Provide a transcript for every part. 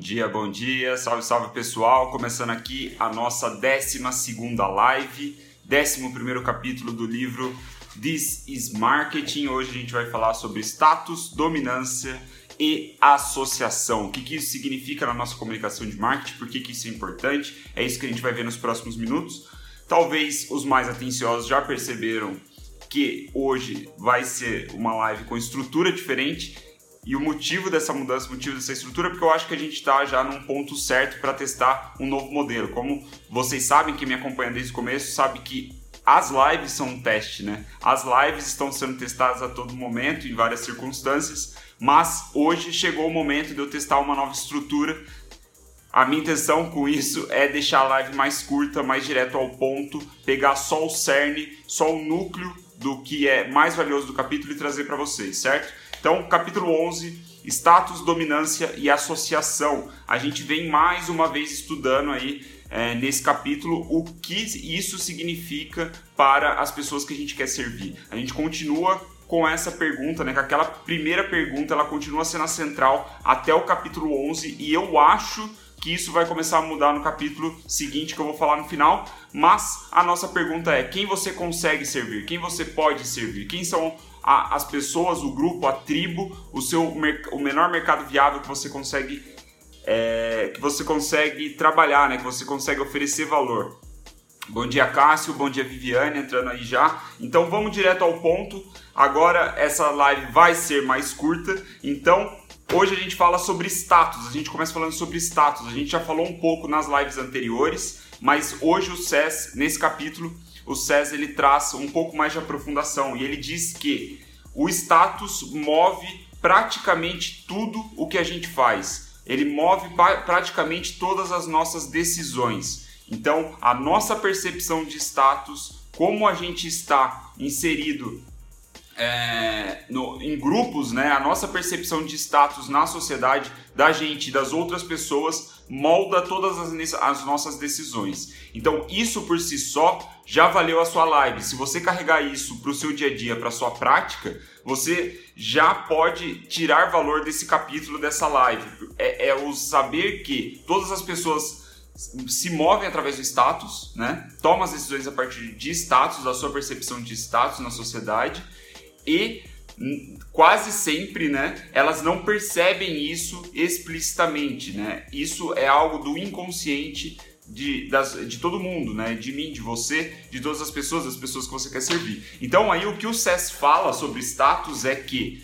bom dia, salve, salve pessoal, começando aqui a nossa 12ª live, 11º capítulo do livro This is Marketing. Hoje a gente vai falar sobre status, dominância e associação. O que isso significa na nossa comunicação de marketing, por que isso é importante, é isso que a gente vai ver nos próximos minutos. Talvez os mais atenciosos já perceberam que hoje vai ser uma live com estrutura diferente. E o motivo dessa mudança, o motivo dessa estrutura, é porque eu acho que a gente está já num ponto certo para testar um novo modelo. Como vocês sabem, quem me acompanha desde o começo, sabe que as lives são um teste, né? As lives estão sendo testadas a todo momento, em várias circunstâncias, mas hoje chegou o momento de eu testar uma nova estrutura. A minha intenção com isso é deixar a live mais curta, mais direto ao ponto, pegar só o cerne, só o núcleo do que é mais valioso do capítulo e trazer para vocês, certo? Então, capítulo 11, status, dominância e associação. A gente vem mais uma vez estudando aí nesse capítulo o que isso significa para as pessoas que a gente quer servir. A gente continua com essa pergunta, né? Que aquela primeira pergunta, ela continua sendo a central até o capítulo 11 e eu acho que isso vai começar a mudar no capítulo seguinte que eu vou falar no final, mas a nossa pergunta é: quem você consegue servir? Quem você pode servir? Quem são as pessoas, o grupo, a tribo, o menor mercado viável que você consegue trabalhar, né? Que você consegue oferecer valor. Bom dia, Cássio, bom dia, Viviane, entrando aí já. Então vamos direto ao ponto. Agora essa live vai ser mais curta, então hoje a gente fala sobre status. A gente começa falando sobre status. A gente já falou um pouco nas lives anteriores, mas hoje o SES, nesse capítulo, o SES ele traz um pouco mais de aprofundação e ele diz que o status move praticamente tudo o que a gente faz. Ele move praticamente todas as nossas decisões. Então, a nossa percepção de status, como a gente está inserido em grupos, né? A nossa percepção de status na sociedade, da gente e das outras pessoas, molda todas as nossas decisões. Então, isso por si só já valeu a sua live. Se você carregar isso para o seu dia a dia, para a sua prática, você já pode tirar valor desse capítulo, dessa live. É o saber que todas as pessoas se movem através do status, né? Tomam as decisões a partir de status, da sua percepção de status na sociedade. E quase sempre, né, elas não percebem isso explicitamente, né? Isso é algo do inconsciente de todo mundo, né? De mim, de você, de todas as pessoas, das pessoas que você quer servir. Então aí o que o SES fala sobre status é que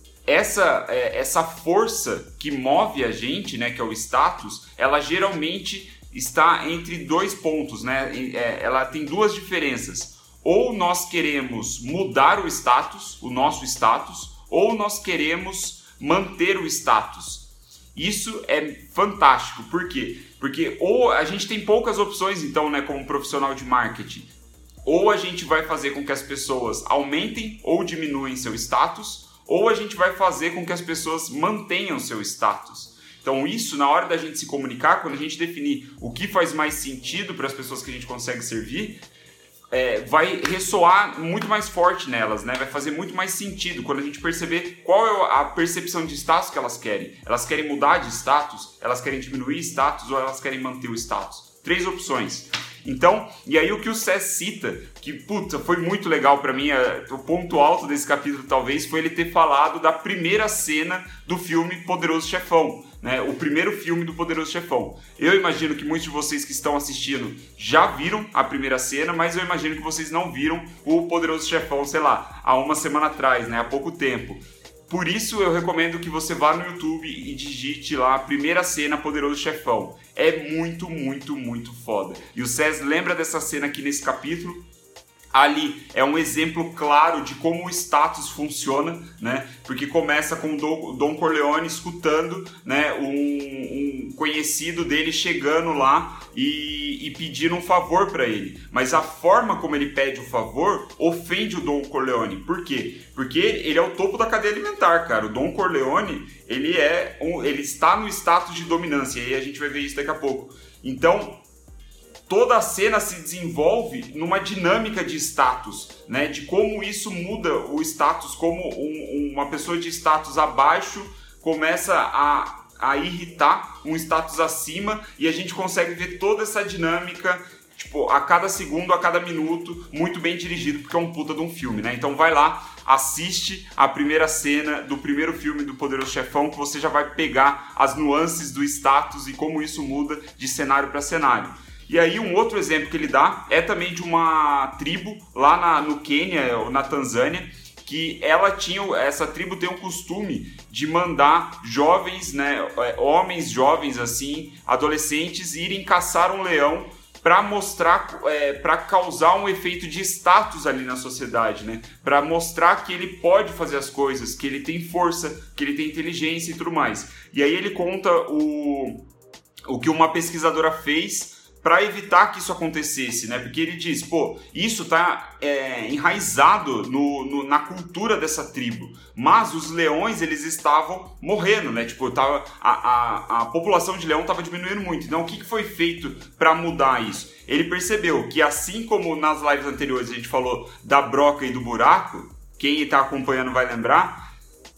essa força que move a gente, né, que é o status, ela geralmente está entre dois pontos, né? Ela tem duas diferenças. Ou nós queremos mudar o status, o nosso status, ou nós queremos manter o status. Isso é fantástico. Por quê? Porque ou a gente tem poucas opções, então, né, como profissional de marketing. Ou a gente vai fazer com que as pessoas aumentem ou diminuem seu status, ou a gente vai fazer com que as pessoas mantenham seu status. Então isso, na hora da gente se comunicar, quando a gente definir o que faz mais sentido para as pessoas que a gente consegue servir, vai ressoar muito mais forte nelas, né? Vai fazer muito mais sentido quando a gente perceber qual é a percepção de status que elas querem. Elas querem mudar de status, elas querem diminuir status ou elas querem manter o status. 3 opções. Então, e aí o que o SES cita, que puta, foi muito legal pra mim, o ponto alto desse capítulo talvez foi ele ter falado da primeira cena do filme Poderoso Chefão, né? O primeiro filme do Poderoso Chefão. Eu imagino que muitos de vocês que estão assistindo já viram a primeira cena, mas eu imagino que vocês não viram o Poderoso Chefão, sei lá, há uma semana atrás, né? Há pouco tempo. Por isso eu recomendo que você vá no YouTube e digite lá a primeira cena Poderoso Chefão. É muito, muito, muito foda. E o SES lembra dessa cena aqui nesse capítulo. Ali é um exemplo claro de como o status funciona, né? Porque começa com o Don Corleone escutando, né, um conhecido dele chegando lá e pedindo um favor para ele. Mas a forma como ele pede o favor ofende o Don Corleone. Por quê? Porque ele é o topo da cadeia alimentar, cara. O Don Corleone, ele está no status de dominância. E aí a gente vai ver isso daqui a pouco. Então, toda a cena se desenvolve numa dinâmica de status, né? De como isso muda o status, como uma pessoa de status abaixo começa a a irritar um status acima, e a gente consegue ver toda essa dinâmica, tipo, a cada segundo, a cada minuto, muito bem dirigido, porque é um puta de um filme, né? Então vai lá, assiste a primeira cena do primeiro filme do Poderoso Chefão, que você já vai pegar as nuances do status e como isso muda de cenário para cenário. E aí um outro exemplo que ele dá é também de uma tribo lá no Quênia ou na Tanzânia, que essa tribo tem o costume de mandar jovens, né, homens jovens assim, adolescentes, irem caçar um leão para mostrar, para causar um efeito de status ali na sociedade, né? Para mostrar que ele pode fazer as coisas, que ele tem força, que ele tem inteligência e tudo mais. E aí ele conta o que uma pesquisadora fez para evitar que isso acontecesse, né? Porque ele diz, pô, isso tá enraizado na cultura dessa tribo, mas os leões, eles estavam morrendo, né? Tipo, a população de leão estava diminuindo muito. Então, o que foi feito para mudar isso? Ele percebeu que, assim como nas lives anteriores a gente falou da broca e do buraco, quem está acompanhando vai lembrar,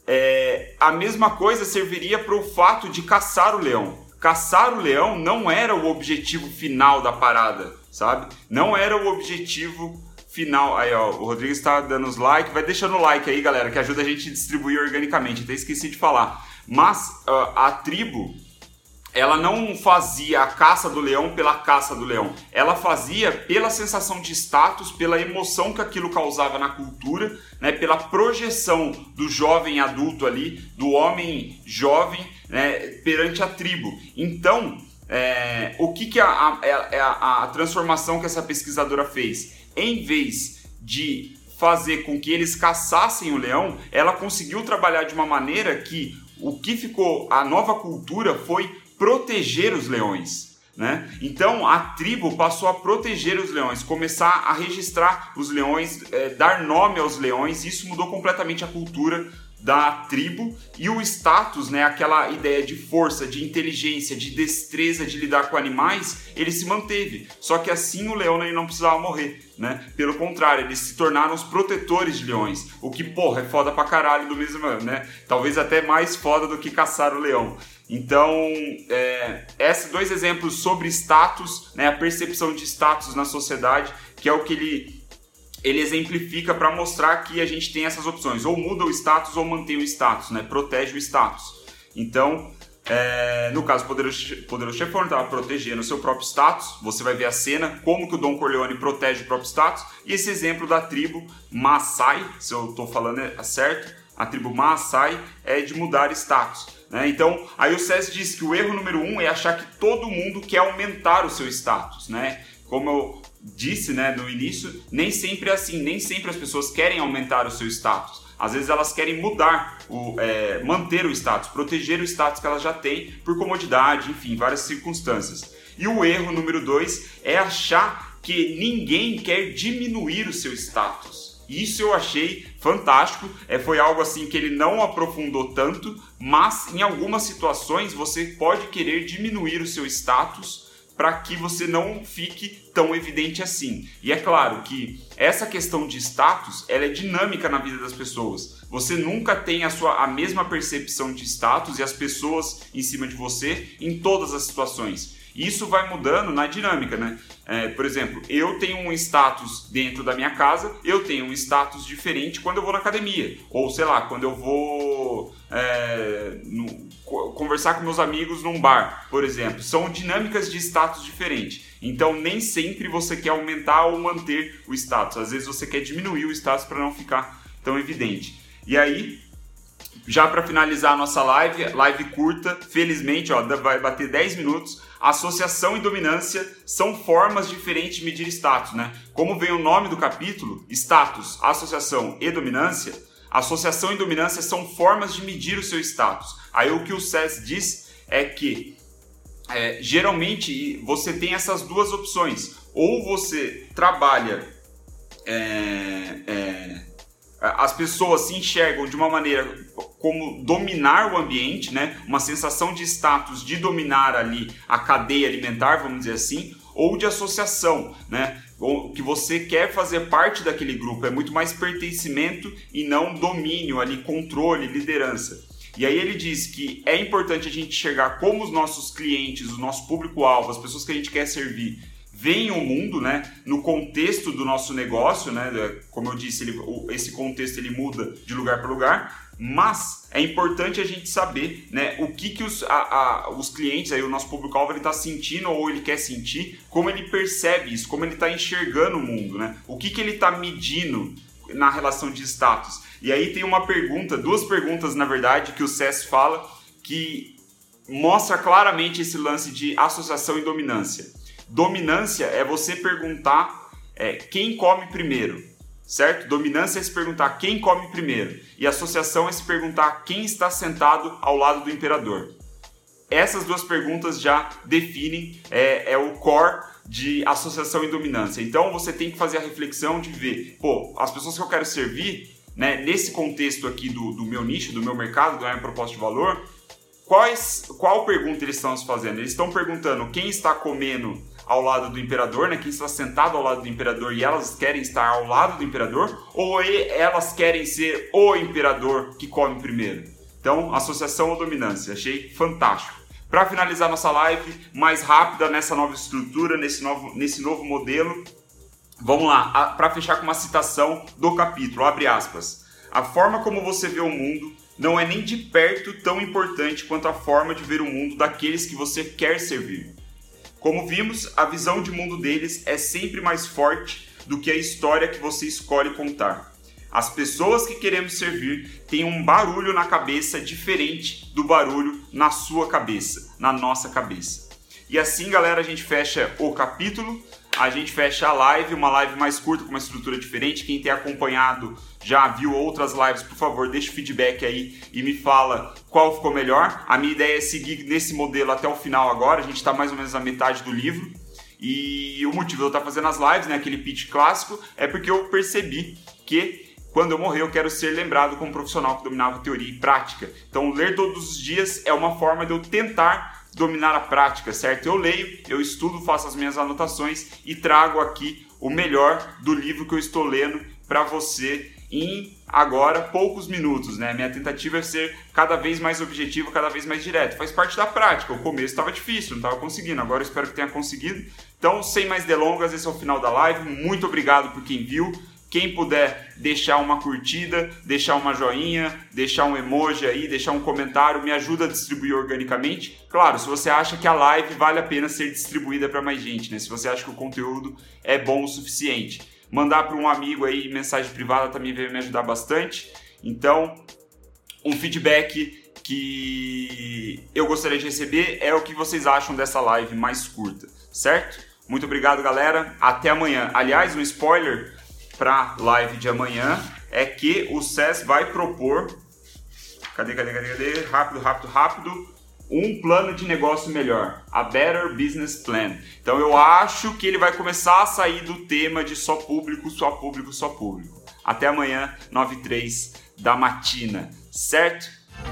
a mesma coisa serviria para o fato de caçar o leão. Caçar o leão não era o objetivo final da parada, sabe? Não era o objetivo final. Aí, ó, o Rodrigo está dando os likes. Vai deixando o like aí, galera, que ajuda a gente a distribuir organicamente. Até esqueci de falar. Mas a tribo, ela não fazia a caça do leão pela caça do leão. Ela fazia pela sensação de status, pela emoção que aquilo causava na cultura, né? Pela projeção do jovem adulto ali, do homem jovem, né, perante a tribo. Então, o que a transformação que essa pesquisadora fez? Em vez de fazer com que eles caçassem o leão, ela conseguiu trabalhar de uma maneira que o que ficou, a nova cultura foi proteger os leões, né? Então a tribo passou a proteger os leões, começar a registrar os leões, dar nome aos leões. Isso mudou completamente a cultura da tribo, e o status, né, aquela ideia de força, de inteligência, de destreza de lidar com animais, ele se manteve. Só que assim o leão ele não precisava morrer, né? Pelo contrário, eles se tornaram os protetores de leões, o que, porra, é foda pra caralho do mesmo, né? Talvez até mais foda do que caçar o leão. Então, esses dois exemplos sobre status, né, a percepção de status na sociedade, que é o que ele exemplifica para mostrar que a gente tem essas opções, ou muda o status ou mantém o status, né? Protege o status. Então, no caso, Poderoso Chefão estava protegendo o seu próprio status. Você vai ver a cena, como que o Don Corleone protege o próprio status. E esse exemplo da tribo Maasai, se eu estou falando certo, a tribo Maasai é de mudar status, né? Então, aí o César diz que o erro número 1 é achar que todo mundo quer aumentar o seu status, né? Como eu disse, né, no início, nem sempre é assim, nem sempre as pessoas querem aumentar o seu status. Às vezes elas querem mudar, manter o status, proteger o status que elas já têm por comodidade, enfim, várias circunstâncias. E o erro número 2 é achar que ninguém quer diminuir o seu status. Isso eu achei fantástico, foi algo assim que ele não aprofundou tanto, mas em algumas situações você pode querer diminuir o seu status para que você não fique tão evidente assim. E é claro que essa questão de status, ela é dinâmica na vida das pessoas. Você nunca tem a mesma percepção de status e as pessoas em cima de você em todas as situações. Isso vai mudando na dinâmica, né? Por exemplo, eu tenho um status dentro da minha casa, eu tenho um status diferente quando eu vou na academia. Ou, sei lá, quando eu vou conversar com meus amigos num bar, por exemplo. São dinâmicas de status diferentes. Então, nem sempre você quer aumentar ou manter o status. Às vezes você quer diminuir o status para não ficar tão evidente. E aí, já para finalizar a nossa live curta, felizmente, vai bater 10 minutos. Associação e dominância são formas diferentes de medir status, né? Como vem o nome do capítulo, status, associação e dominância, associação e dominância são formas de medir o seu status. Aí o que o Cés diz é que geralmente você tem essas duas opções. Ou você trabalha... as pessoas se enxergam de uma maneira como dominar o ambiente, né? Uma sensação de status de dominar ali a cadeia alimentar, vamos dizer assim, ou de associação, né? Que você quer fazer parte daquele grupo, é muito mais pertencimento e não domínio ali, controle, liderança. E aí ele diz que é importante a gente enxergar como os nossos clientes, o nosso público-alvo, as pessoas que a gente quer servir, veem o mundo, né, no contexto do nosso negócio, né, como eu disse, esse contexto ele muda de lugar para lugar, mas é importante a gente saber, né, o que os clientes, aí, o nosso público-alvo, ele está sentindo ou ele quer sentir, como ele percebe isso, como ele está enxergando o mundo, né, o que ele está medindo na relação de status. E aí tem uma pergunta, duas perguntas na verdade, que o Sess fala, que mostra claramente esse lance de associação e dominância. Dominância é você perguntar quem come primeiro, certo? Dominância é se perguntar quem come primeiro. E associação é se perguntar quem está sentado ao lado do imperador. Essas duas perguntas já definem o core de associação e dominância. Então você tem que fazer a reflexão de ver, as pessoas que eu quero servir, né, nesse contexto aqui do meu nicho, do meu mercado, da minha proposta de valor, qual pergunta eles estão se fazendo? Eles estão perguntando quem está comendo ao lado do imperador, né? Quem está sentado ao lado do imperador e elas querem estar ao lado do imperador, ou elas querem ser o imperador que come primeiro? Então, associação ou dominância, achei fantástico. Para finalizar nossa live mais rápida nessa nova estrutura, nesse novo modelo, vamos lá, para fechar com uma citação do capítulo, abre aspas. A forma como você vê o mundo não é nem de perto tão importante quanto a forma de ver o mundo daqueles que você quer servir. Como vimos, a visão de mundo deles é sempre mais forte do que a história que você escolhe contar. As pessoas que queremos servir têm um barulho na cabeça diferente do barulho na sua cabeça, na nossa cabeça. E assim, galera, a gente fecha o capítulo, a gente fecha a live, uma live mais curta, com uma estrutura diferente. Quem tem acompanhado, já viu outras lives, por favor, deixa o feedback aí e me fala qual ficou melhor. A minha ideia é seguir nesse modelo até o final agora, a gente está mais ou menos na metade do livro. E o motivo de eu estar fazendo as lives, né, aquele pitch clássico, é porque eu percebi que quando eu morrer eu quero ser lembrado como um profissional que dominava teoria e prática. Então ler todos os dias é uma forma de eu tentar dominar a prática, certo? Eu leio, eu estudo, faço as minhas anotações e trago aqui o melhor do livro que eu estou lendo para você em agora poucos minutos, né? Minha tentativa é ser cada vez mais objetivo, cada vez mais direto. Faz parte da prática. O começo estava difícil, não estava conseguindo. Agora eu espero que tenha conseguido. Então, sem mais delongas, esse é o final da live. Muito obrigado por quem viu. Quem puder deixar uma curtida, deixar uma joinha, deixar um emoji aí, deixar um comentário, me ajuda a distribuir organicamente. Claro, se você acha que a live vale a pena ser distribuída para mais gente, né? Se você acha que o conteúdo é bom o suficiente. Mandar para um amigo aí mensagem privada também vai me ajudar bastante. Então, um feedback que eu gostaria de receber é o que vocês acham dessa live mais curta, certo? Muito obrigado, galera. Até amanhã. Aliás, um spoiler para a live de amanhã é que o Sess vai propor, rápido, um plano de negócio melhor, a Better Business Plan. Então eu acho que ele vai começar a sair do tema de só público. Até amanhã, 9h03 da matina, certo?